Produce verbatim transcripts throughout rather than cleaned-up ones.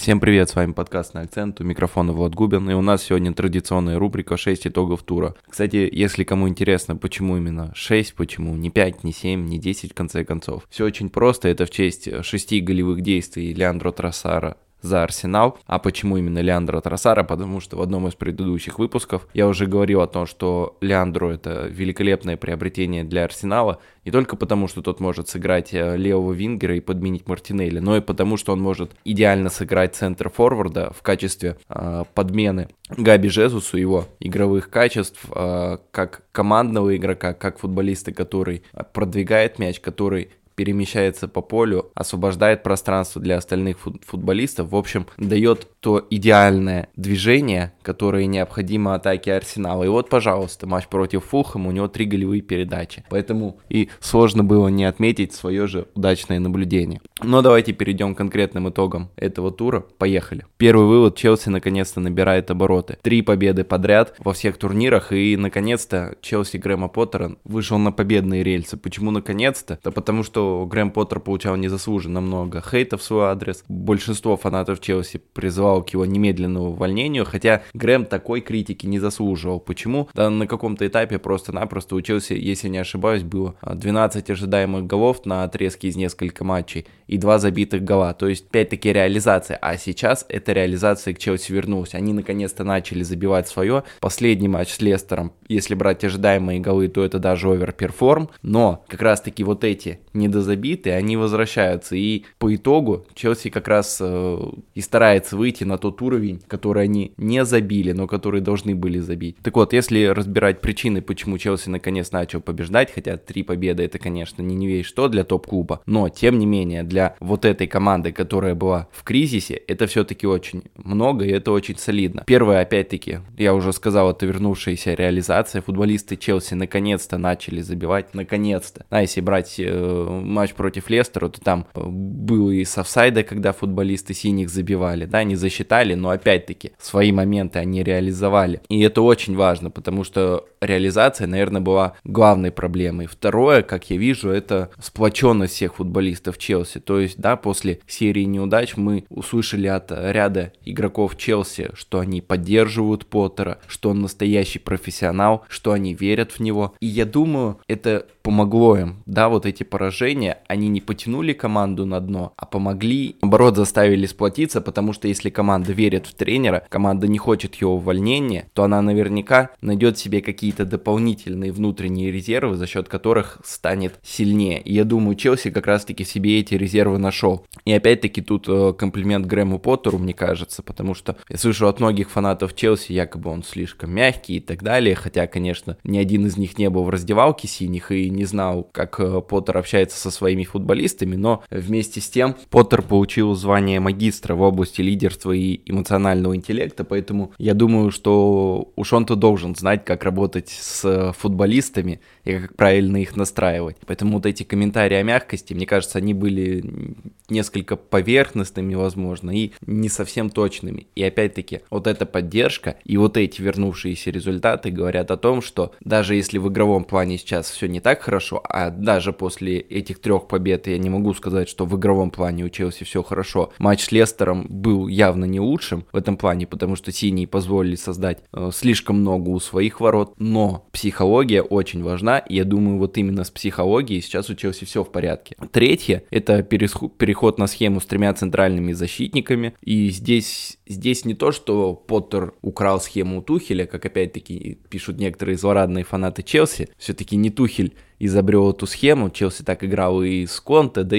Всем привет, с вами подкаст «На акцент», у микрофона Влад Губин, и у нас сегодня традиционная рубрика шесть итогов тура. Кстати, если кому интересно, почему именно шесть, почему не пять, не семь, не десять в конце концов, все очень просто, это в честь шести голевых действий Леандро Троссара за Арсенал. А почему именно Леандро Троссара? Потому что в одном из предыдущих выпусков я уже говорил о том, что Леандро — это великолепное приобретение для Арсенала, не только потому, что тот может сыграть левого вингера и подменить Мартинелли, но и потому, что он может идеально сыграть центр-форварда в качестве э, подмены Габи Жезусу, его игровых качеств, э, как командного игрока, как футболиста, который продвигает мяч, который перемещается по полю, освобождает пространство для остальных футболистов, в общем, дает то идеальное движение, которое необходимо атаке Арсенала. И вот, пожалуйста, матч против Фулхэма, у него три голевые передачи. Поэтому и сложно было не отметить свое же удачное наблюдение. Но давайте перейдем к конкретным итогам этого тура. Поехали. Первый вывод: Челси наконец-то набирает обороты. Три победы подряд во всех турнирах, и наконец-то Челси Грэма Поттера вышел на победные рельсы. Почему наконец-то? Да потому что Грэм Поттер получал незаслуженно много хейта в свой адрес. Большинство фанатов Челси призывало к его немедленному увольнению, хотя Грэм такой критики не заслуживал. Почему? Да на каком-то этапе просто-напросто у Челси, если не ошибаюсь, было двенадцать ожидаемых голов на отрезке из нескольких матчей и два забитых гола. То есть опять-таки реализация. А сейчас эта реализация к Челси вернулась. Они наконец-то начали забивать свое. Последний матч с Лестером, если брать ожидаемые голы, то это даже оверперформ. Но как раз-таки вот эти недозабитые, они возвращаются. И по итогу Челси как раз э, и старается выйти на тот уровень, который они не забили, но который должны были забить. Так вот, если разбирать причины, почему Челси наконец начал побеждать, хотя три победы это, конечно, не не весь что для топ-клуба, но тем не менее для вот этой команды, которая была в кризисе, это все-таки очень много и это очень солидно. Первое, опять-таки, я уже сказал, это вернувшаяся реализация. Футболисты Челси наконец-то начали забивать, наконец-то. А если брать э, матч против Лестера, то там было и с офсайда, когда футболисты синих забивали, да, не засчитали, но опять-таки свои моменты они реализовали. И это очень важно, потому что реализация, наверное, была главной проблемой. Второе, как я вижу, это сплоченность всех футболистов Челси. То есть, да, после серии неудач мы услышали от ряда игроков Челси, что они поддерживают Поттера, что он настоящий профессионал, что они верят в него. И я думаю, это помогло им, да, вот эти поражения, они не потянули команду на дно, а помогли, наоборот, заставили сплотиться, потому что если команда верит в тренера, команда не хочет его увольнения, то она наверняка найдет себе какие-то дополнительные внутренние резервы, за счет которых станет сильнее. И я думаю, Челси как раз-таки себе эти резервы нашел. И опять-таки тут э, комплимент Грэму Поттеру, мне кажется, потому что я слышу от многих фанатов Челси, якобы он слишком мягкий и так далее, хотя, конечно, ни один из них не был в раздевалке синих и не знал, как э, Поттер общается со своими футболистами, но вместе с тем Поттер получил звание магистра в области лидерства и эмоционального интеллекта, поэтому я думаю, что уж он-то должен знать, как работать с футболистами и как правильно их настраивать. Поэтому вот эти комментарии о мягкости, мне кажется, они были несколько поверхностными, возможно, и не совсем точными. И опять-таки, вот эта поддержка и вот эти вернувшиеся результаты говорят о том, что даже если в игровом плане сейчас все не так хорошо, а даже после этих трех побед я не могу сказать, что в игровом плане у Челси все хорошо. Матч с Лестером был явно не лучшим в этом плане, потому что синие позволили создать э, слишком много у своих ворот, но психология очень важна, и я думаю, вот именно с психологией сейчас у Челси все в порядке. Третье, это переход на схему с тремя центральными защитниками, и здесь, здесь не то, что Поттер украл схему у Тухеля, как опять-таки пишут некоторые злорадные фанаты Челси, все-таки не Тухель изобрел эту схему, Челси так играл и с Конте, да и,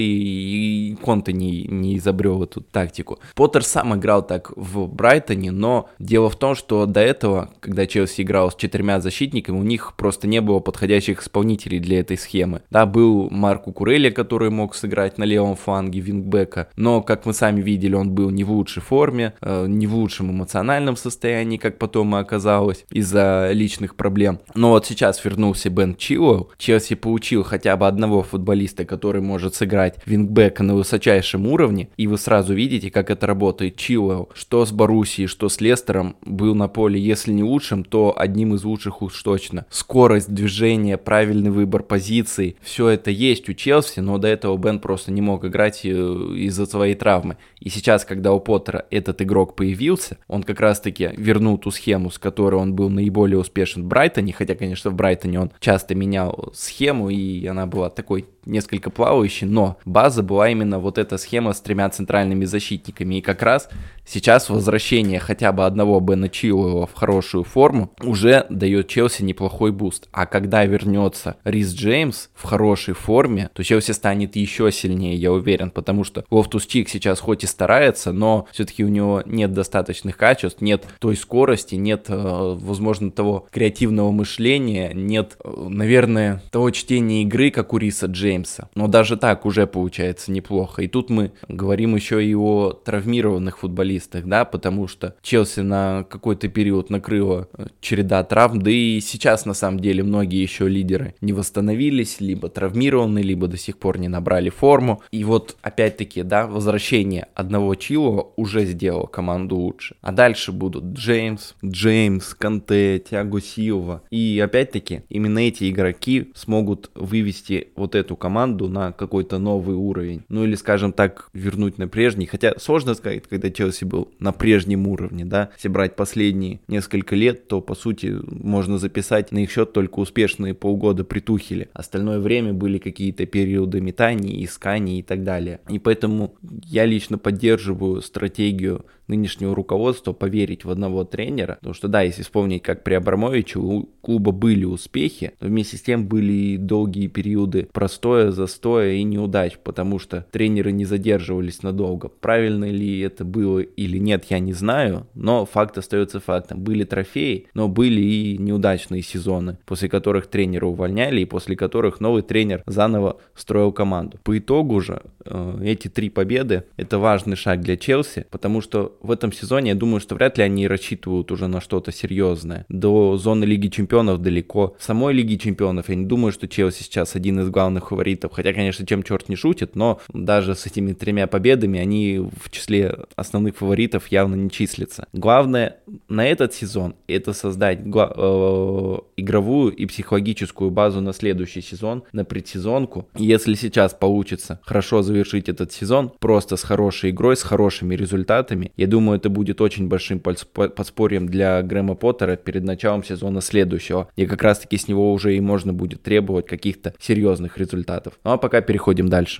и Конте не, не изобрел эту тактику. Поттер сам играл так в Брайтоне, но дело в том, что до этого, когда Челси играл с четырьмя защитниками, у них просто не было подходящих исполнителей для этой схемы. Да, был Марко Курелли, который мог сыграть на левом фланге вингбека, но, как мы сами видели, он был не в лучшей форме, э, не в лучшем эмоциональном состоянии, как потом и оказалось, из-за личных проблем. Но вот сейчас вернулся Бен Чилуэлл, Челси Челси получил хотя бы одного футболиста, который может сыграть вингбека на высочайшем уровне, и вы сразу видите, как это работает. Чилуэлл, что с Боруссией, что с Лестером, был на поле, если не лучшим, то одним из лучших уж точно. Скорость движения, правильный выбор позиций, все это есть у Челси, но до этого Бен просто не мог играть из-за своей травмы. И сейчас, когда у Поттера этот игрок появился, он как раз-таки вернул ту схему, с которой он был наиболее успешен в Брайтоне, хотя, конечно, в Брайтоне он часто менял схему, и она была такой несколько плавающей, но база была именно вот эта схема с тремя центральными защитниками, и как раз сейчас возвращение хотя бы одного Бена Чилуэлла в хорошую форму уже дает Челси неплохой буст, а когда вернется Рис Джеймс в хорошей форме, то Челси станет еще сильнее, я уверен, потому что Лофтус-Чик сейчас хоть и старается, но все-таки у него нет достаточных качеств, нет той скорости, нет, возможно, того креативного мышления, нет, наверное, того чтения игры, как у Риса Джеймса. Но даже так уже получается неплохо. И тут мы говорим еще и о травмированных футболистах, да, потому что Челси на какой-то период накрыла череда травм, да и сейчас на самом деле многие еще лидеры не восстановились, либо травмированы, либо до сих пор не набрали форму. И вот опять-таки, да, возвращение одного Чилуэлла уже сделало команду лучше. А дальше будут Джеймс, Джеймс, Канте, Тиаго Силва. И опять-таки именно эти игроки смогут вывести вот эту команду команду на какой-то новый уровень. Ну или, скажем так, вернуть на прежний. Хотя сложно сказать, когда Челси был на прежнем уровне, да. Если брать последние несколько лет, то, по сути, можно записать на их счет только успешные полгода при Тухеле. Остальное время были какие-то периоды метаний, исканий и так далее. И поэтому я лично поддерживаю стратегию нынешнего руководства поверить в одного тренера, потому что да, если вспомнить, как при Абрамовиче у клуба были успехи, но вместе с тем были и долгие периоды простоя, застоя и неудач, потому что тренеры не задерживались надолго. Правильно ли это было или нет, я не знаю, но факт остается фактом. Были трофеи, но были и неудачные сезоны, после которых тренера увольняли и после которых новый тренер заново строил команду. По итогу же э, эти три победы — это важный шаг для Челси, потому что в этом сезоне я думаю, что вряд ли они рассчитывают уже на что-то серьезное. До зоны Лиги Чемпионов далеко. В самой Лиге Чемпионов я не думаю, что Челси сейчас один из главных фаворитов. Хотя, конечно, чем черт не шутит, но даже с этими тремя победами они в числе основных фаворитов явно не числятся. Главное на этот сезон — это создать гла- э- игровую и психологическую базу на следующий сезон, на предсезонку. И если сейчас получится хорошо завершить этот сезон, просто с хорошей игрой, с хорошими результатами, я думаю, это будет очень большим подспорьем для Грэма Поттера перед началом сезона следующего. И как раз таки с него уже и можно будет требовать каких-то серьезных результатов. Ну а пока переходим дальше.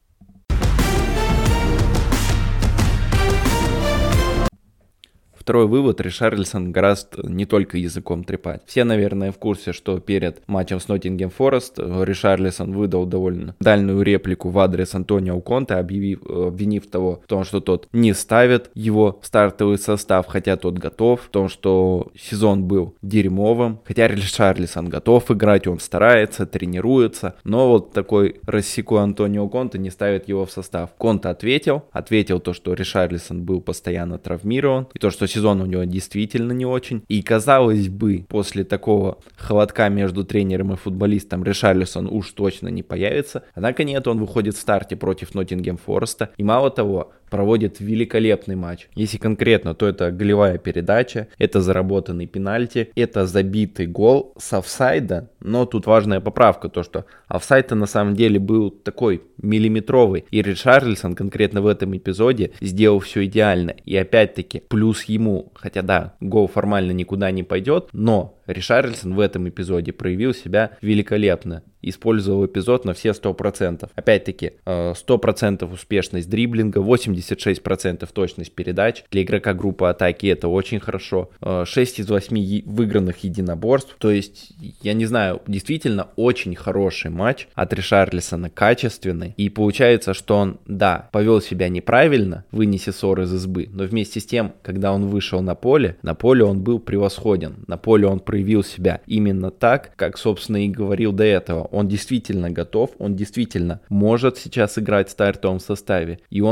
Второй вывод: Ришарлисон гораст не только языком трепать. Все, наверное, в курсе, что перед матчем с Ноттингем Форест Ришарлисон выдал довольно дальнюю реплику в адрес Антонио Конте, объявив, обвинив того в том, что тот не ставит его в стартовый состав, хотя тот готов, в том, что сезон был дерьмовым, хотя Ришарлисон готов играть, он старается, тренируется, но вот такой рассекой Антонио Конте не ставит его в состав. Конте ответил, ответил то, что Ришарлисон был постоянно травмирован, и то, что сезон у него действительно не очень. И казалось бы, после такого холодка между тренером и футболистом Ришарлисон уж точно не появится. Однако нет, он выходит в старте против Ноттингем Фореста. И мало того, проводит великолепный матч. Если конкретно, то это голевая передача, это заработанный пенальти, это забитый гол с офсайда. Но тут важная поправка, то что офсайд на самом деле был такой миллиметровый. И Ришарлисон конкретно в этом эпизоде сделал все идеально. И опять-таки, плюс ему, хотя да, гол формально никуда не пойдет, но Ришарлисон в этом эпизоде проявил себя великолепно. Использовал эпизод на все сто процентов. Опять-таки, сто процентов успешность дриблинга, восемьдесят шесть процентов точность передач. Для игрока группы атаки это очень хорошо. шесть из восьми выигранных единоборств. То есть, я не знаю, действительно очень хороший матч от Ришарлисона, качественный. И получается, что он, да, повел себя неправильно, вынеся ссор из избы, но вместе с тем, когда он вышел на поле, на поле он был превосходен. На поле он проявил себя именно так, как, собственно, и говорил до этого. Он действительно готов, он действительно может сейчас играть в стартовом составе. И он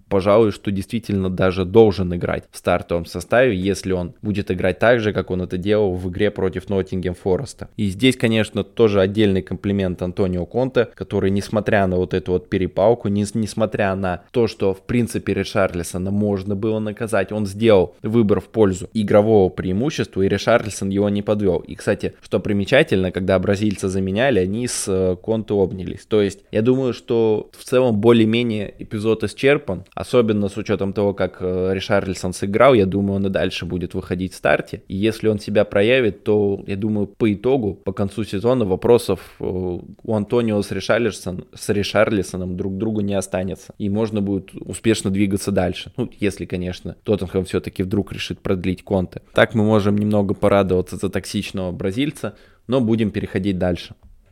пожалуй, что действительно даже должен играть в стартовом составе, если он будет играть так же, как он это делал в игре против Ноттингем Фореста. И здесь, конечно, тоже отдельный комплимент Антонио Конте, который, несмотря на вот эту вот перепалку, не, несмотря на то, что, в принципе, Ришарлисона можно было наказать, он сделал выбор в пользу игрового преимущества, и Ришарлисон его не подвел. И, кстати, что примечательно, когда бразильца заменяли, они с Конте обнялись. То есть, я думаю, что в целом более-менее эпизод исчерпан, особенно с учетом того, как Ришарлисон сыграл, я думаю, он и дальше будет выходить в старте. И если он себя проявит, то, я думаю, по итогу, по концу сезона вопросов у Антонио с, Ришарлисон, с Ришарлисоном друг к другу не останется. И можно будет успешно двигаться дальше. Ну, если, конечно, Тоттенхэм все-таки вдруг решит продлить Конте. Так мы можем немного порадоваться за токсичного бразильца, но будем переходить дальше.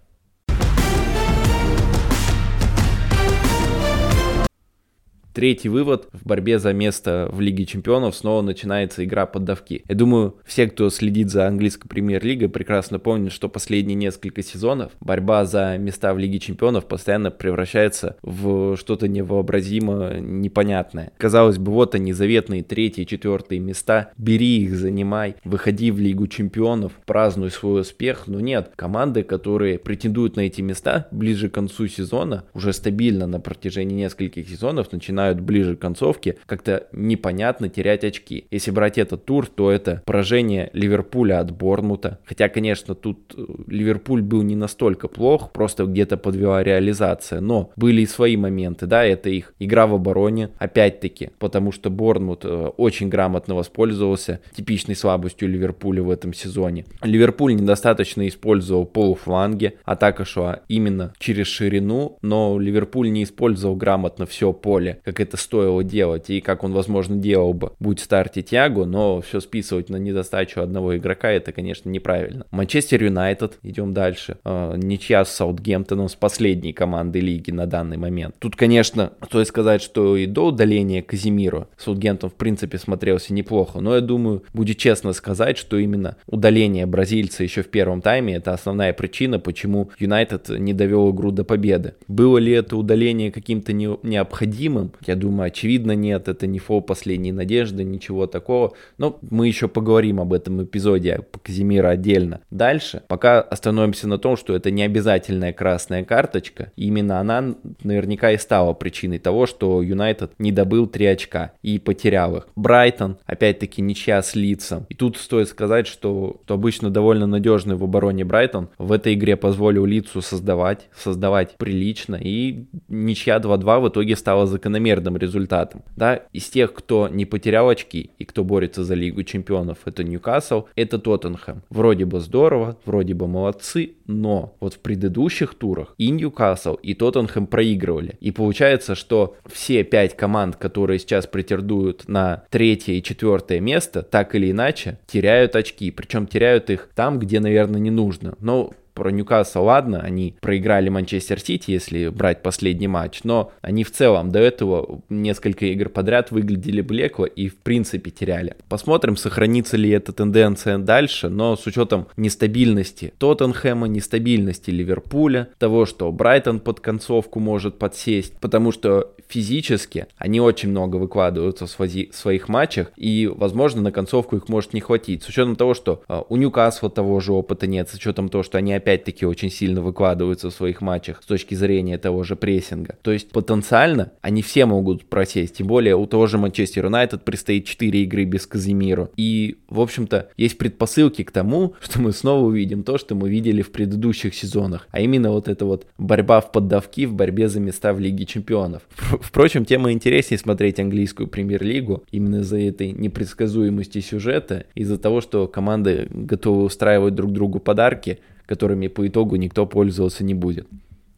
Третий вывод. В борьбе за место в Лиге Чемпионов снова начинается игра поддавки. Я думаю, все, кто следит за английской премьер-лигой, прекрасно помнят, что последние несколько сезонов борьба за места в Лиге Чемпионов постоянно превращается в что-то невообразимо непонятное. Казалось бы, вот они, заветные третьи и четвертые места. Бери их, занимай, выходи в Лигу Чемпионов, празднуй свой успех. Но нет, команды, которые претендуют на эти места ближе к концу сезона, уже стабильно на протяжении нескольких сезонов начинают ближе к концовке как-то непонятно терять очки. Если брать этот тур, то это поражение Ливерпуля от Борнмута. Хотя, конечно, тут Ливерпуль был не настолько плох, просто где-то подвела реализация. Но были и свои моменты, да, это их игра в обороне, опять-таки, потому что Борнмут очень грамотно воспользовался типичной слабостью Ливерпуля в этом сезоне. Ливерпуль недостаточно использовал полуфланги, атака шла именно через ширину, но Ливерпуль не использовал грамотно все поле, как это стоило делать и как он, возможно, делал бы, будь в старте Тиаго, но все списывать на недостачу одного игрока, это, конечно, неправильно. Манчестер Юнайтед, идем дальше, э, ничья с Саутгемптоном, с последней командой лиги на данный момент. Тут, конечно, стоит сказать, что и до удаления Казимиро Саутгемптон, в принципе, смотрелся неплохо, но я думаю, будет честно сказать, что именно удаление бразильца еще в первом тайме это основная причина, почему Юнайтед не довел игру до победы. Было ли это удаление каким-то не, необходимым? Я думаю, очевидно нет, это не фол последней надежды, ничего такого. Но мы еще поговорим об этом эпизоде по Казимиро отдельно. Дальше, пока остановимся на том, что это не обязательная красная карточка. И именно она наверняка и стала причиной того, что Юнайтед не добыл три очка и потерял их. Брайтон, опять-таки, ничья с Лидсом. И тут стоит сказать, что, что обычно довольно надежный в обороне Брайтон в этой игре позволил Лидсу создавать, создавать прилично. И ничья два-два в итоге стала закономерной результатом. Да, из тех, кто не потерял очки и кто борется за Лигу Чемпионов, это Ньюкасл, это Тоттенхэм. Вроде бы здорово, вроде бы молодцы, но вот в предыдущих турах и Ньюкасл, и Тоттенхэм проигрывали. И получается, что все пять команд, которые сейчас претендуют на третье и четвертое место, так или иначе теряют очки. Причем теряют их там, где, наверное, не нужно. Но про Ньюкасл, ладно, они проиграли Манчестер Сити, если брать последний матч, но они в целом до этого несколько игр подряд выглядели блекло и в принципе теряли. Посмотрим, сохранится ли эта тенденция дальше, но с учетом нестабильности Тоттенхэма, нестабильности Ливерпуля, того, что Брайтон под концовку может подсесть, потому что физически они очень много выкладываются в своих матчах, и, возможно, на концовку их может не хватить. С учетом того, что у Ньюкасла того же опыта нет, с учетом того, что они опять-таки очень сильно выкладываются в своих матчах с точки зрения того же прессинга. То есть потенциально они все могут просесть. Тем более у того же Манчестер Юнайтед предстоит четыре игры без Казимиро. И, в общем-то, есть предпосылки к тому, что мы снова увидим то, что мы видели в предыдущих сезонах. А именно вот эта вот борьба в поддавки, в борьбе за места в Лиге Чемпионов. Впрочем, тем и интереснее смотреть английскую премьер-лигу именно из-за этой непредсказуемости сюжета, из-за того, что команды готовы устраивать друг другу подарки, которыми по итогу никто пользоваться не будет.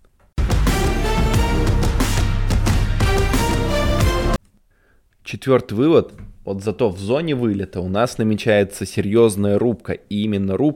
Четвертый вывод. Вот зато в зоне вылета у нас намечается серьезная рубка. И именно рубка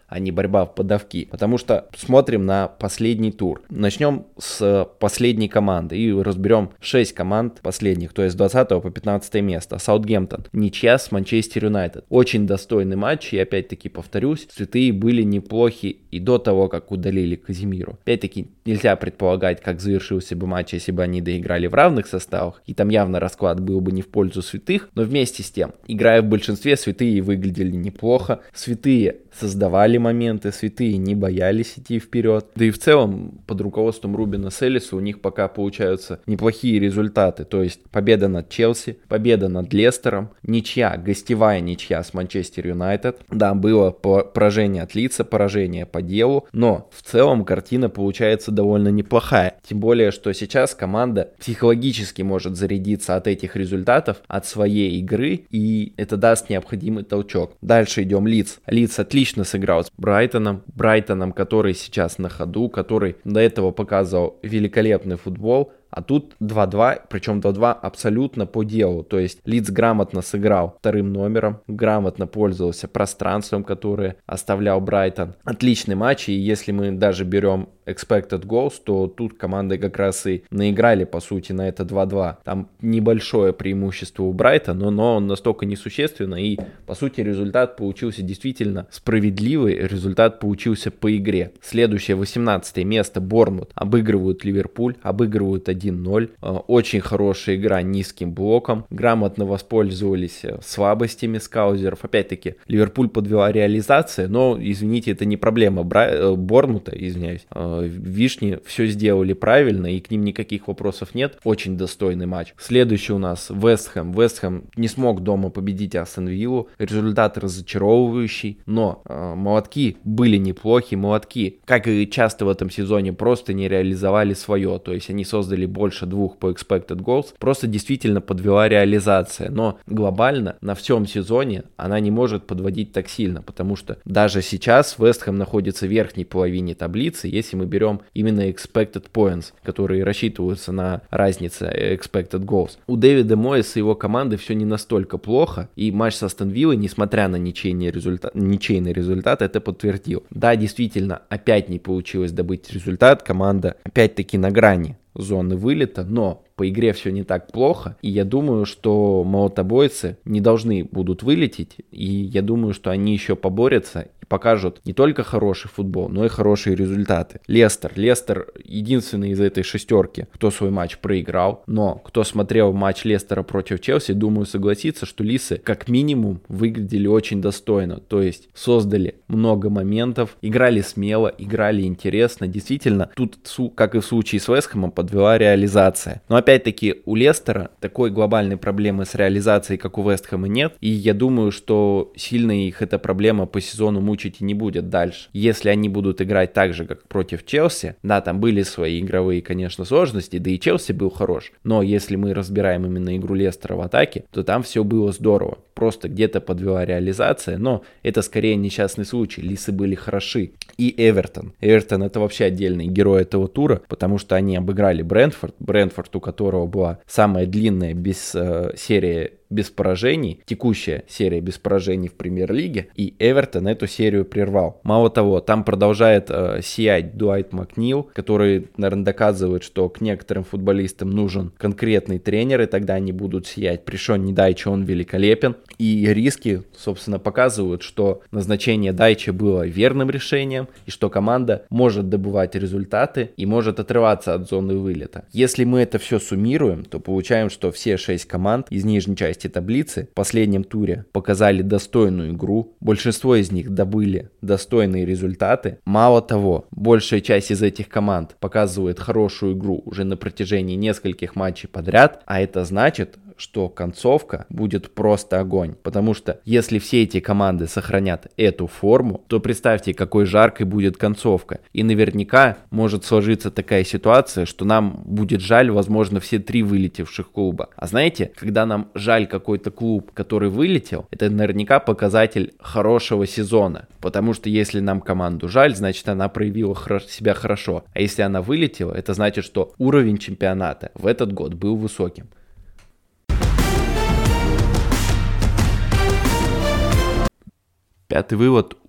а не борьба в подавки. Потому что смотрим на последний тур. Начнем с последней команды и разберем шесть команд последних, то есть с двадцатого по пятнадцатое место. Саутгемптон. Ничья с Манчестер Юнайтед. Очень достойный матч, и опять-таки повторюсь, святые были неплохи и до того, как удалили Казимиру. Опять-таки нельзя предполагать, как завершился бы матч, если бы они доиграли в равных составах, и там явно расклад был бы не в пользу святых, но вместе с тем, играя в большинстве, святые выглядели неплохо, святые создавали моменты, святые не боялись идти вперед, да и в целом под руководством Рубина Селлиса у них пока получаются неплохие результаты, то есть победа над Челси, победа над Лестером, ничья, гостевая ничья с Манчестер Юнайтед, да, было поражение от Лидса, поражение по делу, но в целом картина получается довольно неплохая, тем более, что сейчас команда психологически может зарядиться от этих результатов, от своей игры, и это даст необходимый толчок. Дальше идем Лидс. Лидс отлично сыграл с Брайтоном, Брайтоном, который сейчас на ходу, который до этого показывал великолепный футбол, а тут два-два, причем два-два абсолютно по делу. То есть Лидс грамотно сыграл вторым номером, грамотно пользовался пространством, которое оставлял Брайтон. Отличный матч, и если мы даже берем expected goals, то тут команды как раз и наиграли, по сути, на это два-два. Там небольшое преимущество у Брайтона, но он настолько несущественно, и, по сути, результат получился действительно справедливый, результат получился по игре. Следующее, восемнадцатое место, Борнмут. Обыгрывают Ливерпуль, обыгрывают один ноль. Очень хорошая игра низким блоком. Грамотно воспользовались слабостями скаузеров. Опять-таки, Ливерпуль подвела реализация, но, извините, это не проблема Бра... Борнмута, извиняюсь. Вишни все сделали правильно, и к ним никаких вопросов нет. Очень достойный матч. Следующий у нас Вест Хэм. Вест Хэм не смог дома победить Астон Виллу. Результат разочаровывающий, но э, молотки были неплохи. Молотки, как и часто в этом сезоне, просто не реализовали свое. То есть они создали больше двух по expected goals. Просто действительно подвела реализация. Но глобально на всем сезоне она не может подводить так сильно, потому что даже сейчас Вест Хэм находится в верхней половине таблицы, если мы берем именно expected points, которые рассчитываются на разнице expected goals. У Дэвида Моэса и его команды все не настолько плохо, и матч с Астон Виллой, несмотря на ничейный результат, ничейный результат, это подтвердил. Да, действительно, опять не получилось добыть результат, команда опять-таки на грани зоны вылета, но по игре все не так плохо, и я думаю, что молотобойцы не должны будут вылететь, и я думаю, что они еще поборются и покажут не только хороший футбол, но и хорошие результаты. Лестер. Лестер единственный из этой шестерки, кто свой матч проиграл, но кто смотрел матч Лестера против Челси, думаю, согласится, что лисы как минимум выглядели очень достойно, то есть создали много моментов, играли смело, играли интересно, действительно, тут, как и в случае с Вест Хэмом, подвела реализация. Но опять-таки у Лестера такой глобальной проблемы с реализацией, как у Вест Хэма, нет, и я думаю, что сильно их эта проблема по сезону мучить и не будет дальше. Если они будут играть так же, как против Челси, да, там были свои игровые, конечно, сложности, да и Челси был хорош, но если мы разбираем именно игру Лестера в атаке, то там все было здорово. Просто где-то подвела реализация, но это скорее несчастный случай. Лисы были хороши. И Эвертон. Эвертон — это вообще отдельный герой этого тура, потому что они обыграли Брентфорд. Брентфорд, у которого была самая длинная без, э, серия без поражений, текущая серия без поражений в премьер-лиге, и Эвертон эту серию прервал. Мало того, там продолжает э, сиять Дуайт Макнил, который, наверное, доказывает, что к некоторым футболистам нужен конкретный тренер, и тогда они будут сиять. При Шоне Дайче он великолепен, и риски, собственно, показывают, что назначение Дайче было верным решением, и что команда может добывать результаты и может отрываться от зоны вылета. Если мы это все суммируем, то получаем, что все шесть команд из нижней части таблицы в последнем туре показали достойную игру, большинство из них добыли достойные результаты. Мало того, большая часть из этих команд показывает хорошую игру уже на протяжении нескольких матчей подряд, а это значит, что концовка будет просто огонь, потому что если все эти команды сохранят эту форму, то представьте, какой жаркой будет концовка, и наверняка может сложиться такая ситуация, что нам будет жаль, возможно, все три вылетевших клуба. А знаете, когда нам жаль какой-то клуб, который вылетел, это наверняка показатель хорошего сезона, потому что если нам команду жаль, значит она проявила хор- себя хорошо, а если она вылетела, это значит, что уровень чемпионата в этот год был высоким. Пятый вывод.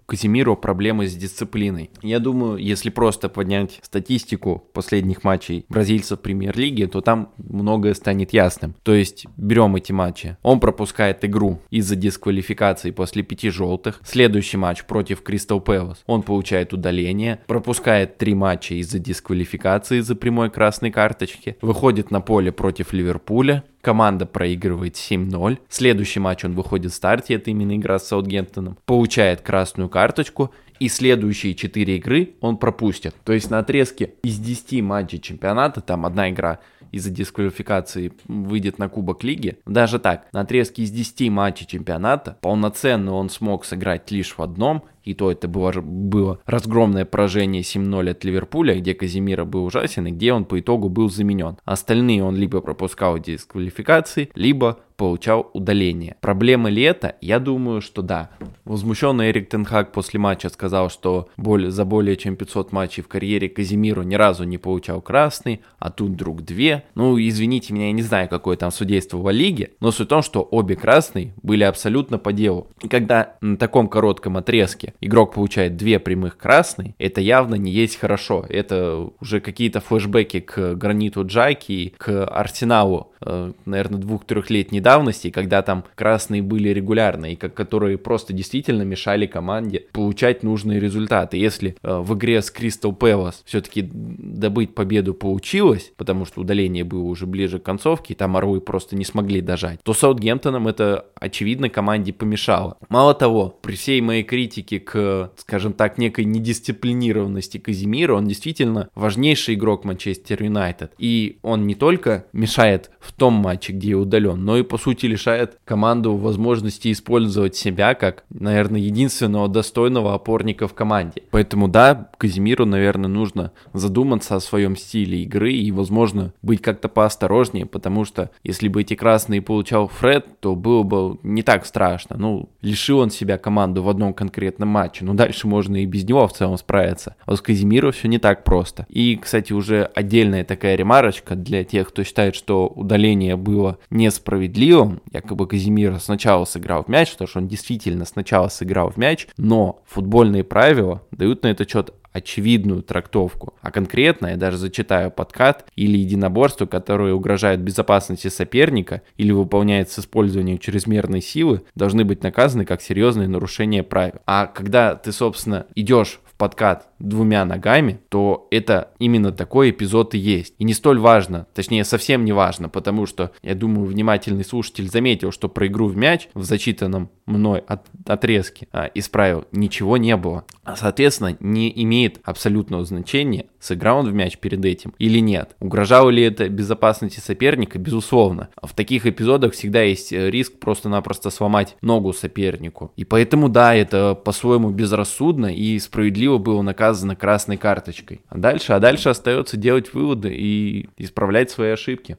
Казимиро проблемы с дисциплиной. Я думаю, если просто поднять статистику последних матчей бразильцев премьер-лиги, то там многое станет ясным. То есть берем эти матчи. Он пропускает игру из-за дисквалификации после пяти желтых. Следующий матч против Кристал Пэлас. Он получает удаление. Пропускает три матча из-за дисквалификации из-за прямой красной карточки. Выходит на поле против Ливерпуля. Команда проигрывает семь ноль. Следующий матч он выходит в старте, это именно игра с Саутгемптоном. Получает красную карточку. И следующие четыре игры он пропустит. То есть на отрезке из десяти матчей чемпионата, там одна игра из-за дисквалификации выйдет на Кубок Лиги. Даже так, на отрезке из десяти матчей чемпионата полноценно он смог сыграть лишь в одном. И то это было, было разгромное поражение семь ноль от Ливерпуля, где Казимиро был ужасен и где он по итогу был заменен. Остальные он либо пропускал дисквалификации, либо получал удаление. Проблема ли это? Я думаю, что да. Возмущенный Эрик тен Хаг после матча сказал, что более, за более чем пятьсот матчей в карьере Казимиро ни разу не получал красный, а тут вдруг две. Ну, извините меня, я не знаю, какое там судейство в лиге, но суть в том, что обе красные были абсолютно по делу. И когда на таком коротком отрезке игрок получает две прямых красные, это явно не есть хорошо. Это уже какие-то флешбеки к Граниту Джайке и к Арсеналу, э, наверное, двух-трехлетней давности, когда там красные были регулярно, и как, которые просто действительно мешали команде получать нужные результаты. Если э, в игре с Кристал Пэлас все-таки добыть победу получилось, потому что удаление было уже ближе к концовке, и там орлы просто не смогли дожать, то Саутгемптоном это, очевидно, команде помешало. Мало того, при всей моей критике к, скажем так, некой недисциплинированности Казимиро, он действительно важнейший игрок Манчестер Юнайтед. И он не только мешает в том матче, где удален, но и, по сути, лишает команду возможности использовать себя как, наверное, единственного достойного опорника в команде. Поэтому, да, Казимиро, наверное, нужно задуматься о своем стиле игры и, возможно, быть как-то поосторожнее, потому что если бы эти красные получал Фред, то было бы не так страшно. Ну, лишил он себя команду в одном конкретном матче, но дальше можно и без него в целом справиться. А с Казимиро все не так просто. И, кстати, уже отдельная такая ремарочка для тех, кто считает, что удаление было несправедливым. Якобы Казимиро сначала сыграл в мяч, потому что он действительно сначала сыграл в мяч, но футбольные правила дают на этот счет очевидную трактовку. А конкретно я даже зачитаю: подкат или единоборство, которые угрожают безопасности соперника или выполняют с использованием чрезмерной силы, должны быть наказаны как серьезные нарушения правил. А когда ты, собственно, идешь в подкат двумя ногами, то это именно такой эпизод и есть. И не столь важно, точнее совсем не важно, потому что, я думаю, внимательный слушатель заметил, что про игру в мяч в зачитанном мной от, отрезке а, из правил ничего не было. А, соответственно, не имеет абсолютного значения, сыграл он в мяч перед этим или нет. Угрожало ли это безопасности соперника? Безусловно. В таких эпизодах всегда есть риск просто-напросто сломать ногу сопернику. И поэтому, да, это по-своему безрассудно и справедливо было наказано красной карточкой. А дальше, а дальше остается делать выводы и исправлять свои ошибки.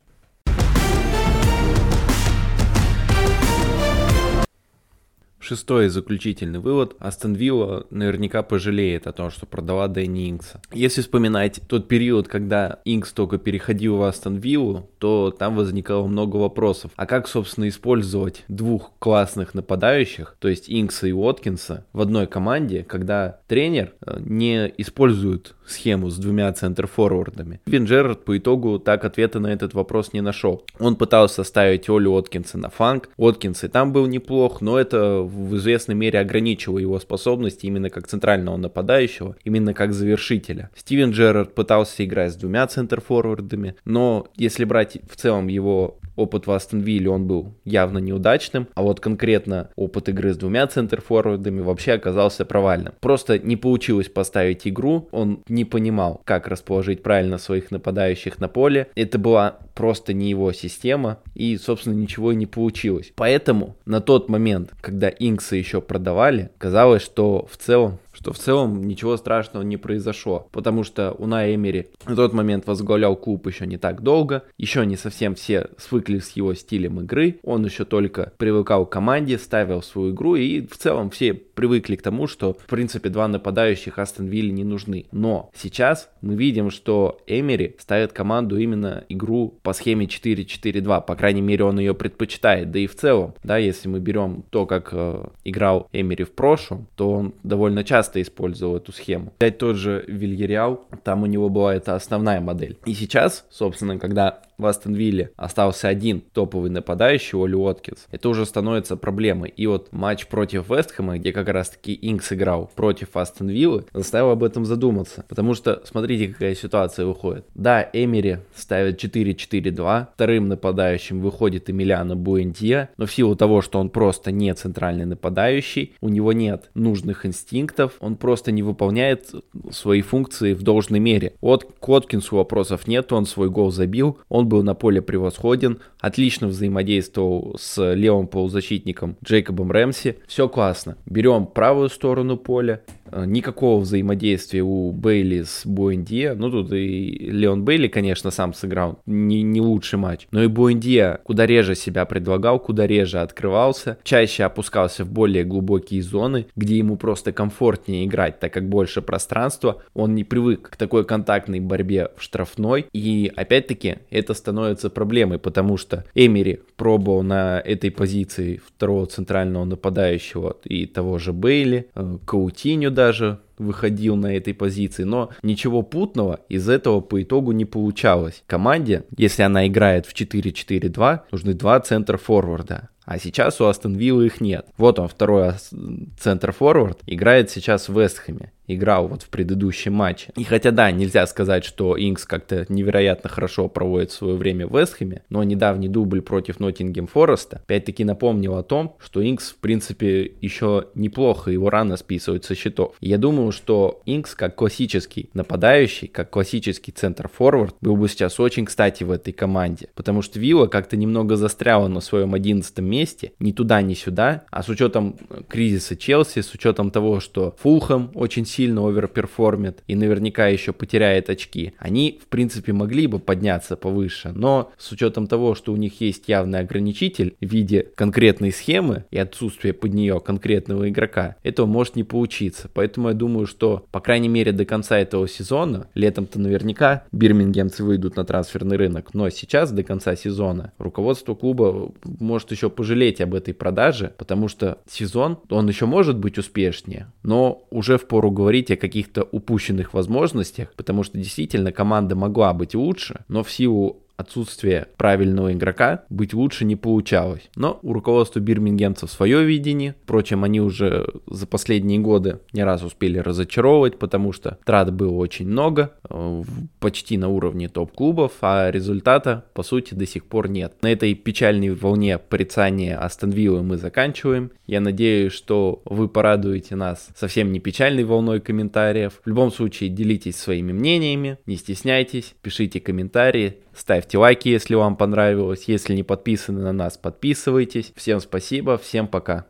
Шестой заключительный вывод. Астон Вилла наверняка пожалеет о том, что продала Дэнни Инкса. Если вспоминать тот период, когда Инкс только переходил в Астон Виллу, то там возникало много вопросов. А как, собственно, использовать двух классных нападающих, то есть Инкса и Уоткинса, в одной команде, когда тренер не использует схему с двумя центр-форвардами? Стивен Джеррард по итогу так ответа на этот вопрос не нашел. Он пытался ставить Олли Уоткинса на фланг. Уоткинс и там был неплох, но это в известной мере ограничивало его способности именно как центрального нападающего, именно как завершителя. Стивен Джеррард пытался играть с двумя центр-форвардами, но если брать в целом его опыт в Астон Вилле, он был явно неудачным, а вот конкретно опыт игры с двумя центр-форвардами вообще оказался провальным. Просто не получилось поставить игру, он не понимал, как расположить правильно своих нападающих на поле. Это была просто не его система, и, собственно, ничего и не получилось. Поэтому на тот момент, когда Инкса еще продавали, казалось, что в целом что в целом ничего страшного не произошло, потому что Унай Эмери на тот момент возглавлял клуб еще не так долго, еще не совсем все свыклись с его стилем игры, он еще только привыкал к команде, ставил свою игру, и в целом все привыкли к тому, что в принципе два нападающих Астон Вилле не нужны. Но сейчас мы видим, что Эмери ставит команду именно игру по схеме четыре четыре два, по крайней мере он ее предпочитает, да и в целом, да, если мы берем то, как э, играл Эмери в прошлом, то он довольно часто использовал эту схему. Взять тот же Вильяреал, там у него была эта основная модель. И сейчас, собственно, когда в Астон Вилле остался один топовый нападающий, Оли Уоткинс, это уже становится проблемой. И вот матч против Вест Хэма, где как раз-таки Инкс играл против Астон Виллы, заставил об этом задуматься. Потому что, смотрите, какая ситуация выходит. Да, Эмери ставит четыре четыре два, вторым нападающим выходит Эмилиано Буэндия, но в силу того, что он просто не центральный нападающий, у него нет нужных инстинктов, он просто не выполняет свои функции в должной мере. Вот к Уоткинсу вопросов нет, он свой гол забил, он был на поле превосходен, отлично взаимодействовал с левым полузащитником Джейкобом Рэмси, все классно. Берем правую сторону поля, никакого взаимодействия у Бейли с Буэндия, ну тут и Леон Бейли, конечно, сам сыграл не, не лучший матч, но и Буэндия куда реже себя предлагал, куда реже открывался, чаще опускался в более глубокие зоны, где ему просто комфортнее играть, так как больше пространства, он не привык к такой контактной борьбе в штрафной, и опять-таки это становится проблемой, потому что Эмери пробовал на этой позиции второго центрального нападающего и того же Бейли, Каутиньо даже выходил на этой позиции, но ничего путного из этого по итогу не получалось. Команде, если она играет в четыре четыре два, нужны два центра-форварда. А сейчас у Астон Виллы их нет. Вот он, второй центр-форвард, играет сейчас в Вест Хэме. Играл вот в предыдущем матче. И хотя да, нельзя сказать, что Инкс как-то невероятно хорошо проводит свое время в Вест Хэме, но недавний дубль против Ноттингем Фореста опять-таки напомнил о том, что Инкс в принципе еще неплохо, его рано списывают со счетов. И я думаю, что Инкс как классический нападающий, как классический центр-форвард был бы сейчас очень кстати в этой команде. Потому что Вилла как-то немного застряла на своем одиннадцатом месте, ни туда, ни сюда. А с учетом кризиса Челси, с учетом того, что Фулхэм очень сильно оверперформит и наверняка еще потеряет очки, они, в принципе, могли бы подняться повыше, но с учетом того, что у них есть явный ограничитель в виде конкретной схемы и отсутствия под нее конкретного игрока, этого может не получиться. Поэтому я думаю, что, по крайней мере, до конца этого сезона, летом-то наверняка бирмингемцы выйдут на трансферный рынок, но сейчас, до конца сезона, руководство клуба может еще пожалеть об этой продаже, потому что сезон, он еще может быть успешнее, но уже впору говорить о каких-то упущенных возможностях, потому что действительно команда могла быть лучше, но в силу отсутствие правильного игрока быть лучше не получалось. Но у руководства бирмингемцев свое видение. Впрочем, они уже за последние годы не раз успели разочаровывать, потому что трат было очень много, почти на уровне топ-клубов, а результата, по сути, до сих пор нет. На этой печальной волне порицания Астон Виллы мы заканчиваем. Я надеюсь, что вы порадуете нас совсем не печальной волной комментариев. В любом случае, делитесь своими мнениями, не стесняйтесь, пишите комментарии, ставьте лайки, если вам понравилось. Если не подписаны на нас, подписывайтесь. Всем спасибо, всем пока.